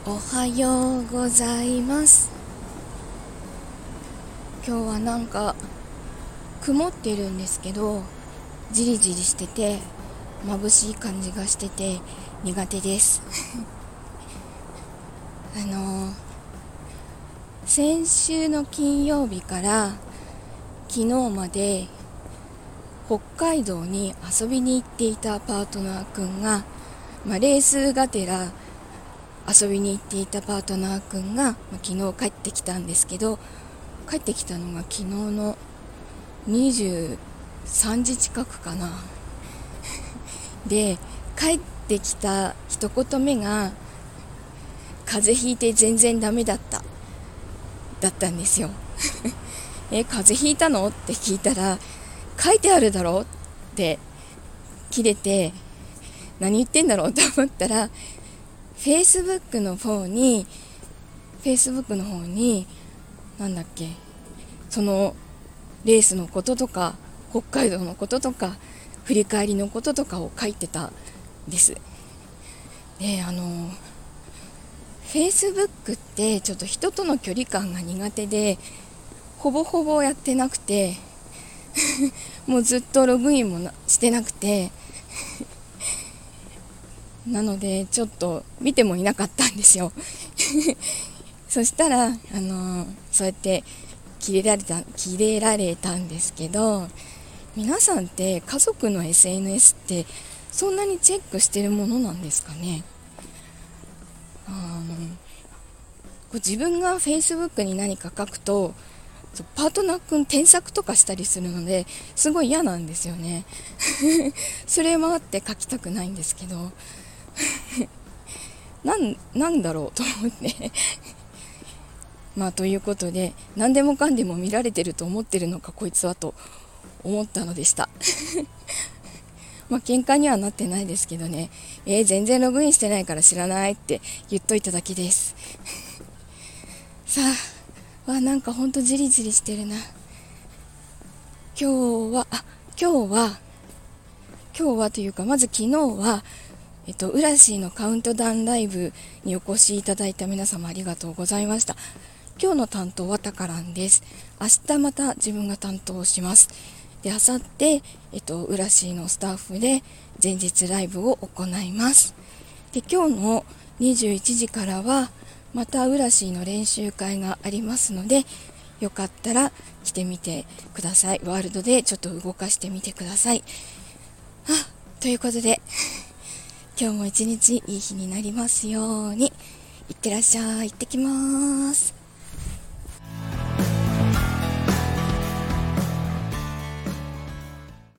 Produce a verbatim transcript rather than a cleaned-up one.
おはようございます。今日はなんか曇ってるんですけど、じりじりしてて眩しい感じがしてて苦手ですあの先週の金曜日から昨日まで北海道に遊びに行っていたパートナーくんが、まあ、レースがてら遊びに行っていたパートナーくんが、まあ、昨日帰ってきたんですけど、帰ってきたのが昨日のにじゅうさんじ近くかなで、帰ってきた一言目が風邪ひいて全然ダメだっただったんですよえ、風邪ひいたのって聞いたら、書いてあるだろって切れて、何言ってんだろうと思ったら、Facebook の方に Facebook の方になんだっけ、そのレースのこととか北海道のこととか振り返りのこととかを書いてたんです。で、あの Facebook ってちょっと人との距離感が苦手で、ほぼほぼやってなくてもうずっとログインもしてなくてなのでちょっと見てもいなかったんですよそしたら、あのー、そうやって切れられた切れられたんですけど、皆さんって家族の エスエヌエス ってそんなにチェックしてるものなんですかね。あのこう自分が Facebook に何か書くとパートナー君添削とかしたりするのですごい嫌なんですよねそれもあって書きたくないんですけどなん、なんだろうと思ってまあということで、何でもかんでも見られてると思ってるのかこいつはと思ったのでしたまあ喧嘩にはなってないですけどね、えー、全然ログインしてないから知らないって言っといただけですさあ、わ、なんかほんとじりじりしてるな。今日はあ今日は今日はというか、まず昨日はえっとウラシーのカウントダウンライブにお越しいただいた皆様ありがとうございました。今日の担当はタカランです。明日また自分が担当します。で、明後日、えっと、ウラシーのスタッフで前日ライブを行います。で、今日のにじゅういちじからはまたウラシーの練習会がありますので、よかったら来てみてください。ワールドでちょっと動かしてみてください。あ、ということで今日も一日いい日になりますように。いってらっしゃい。行ってきます。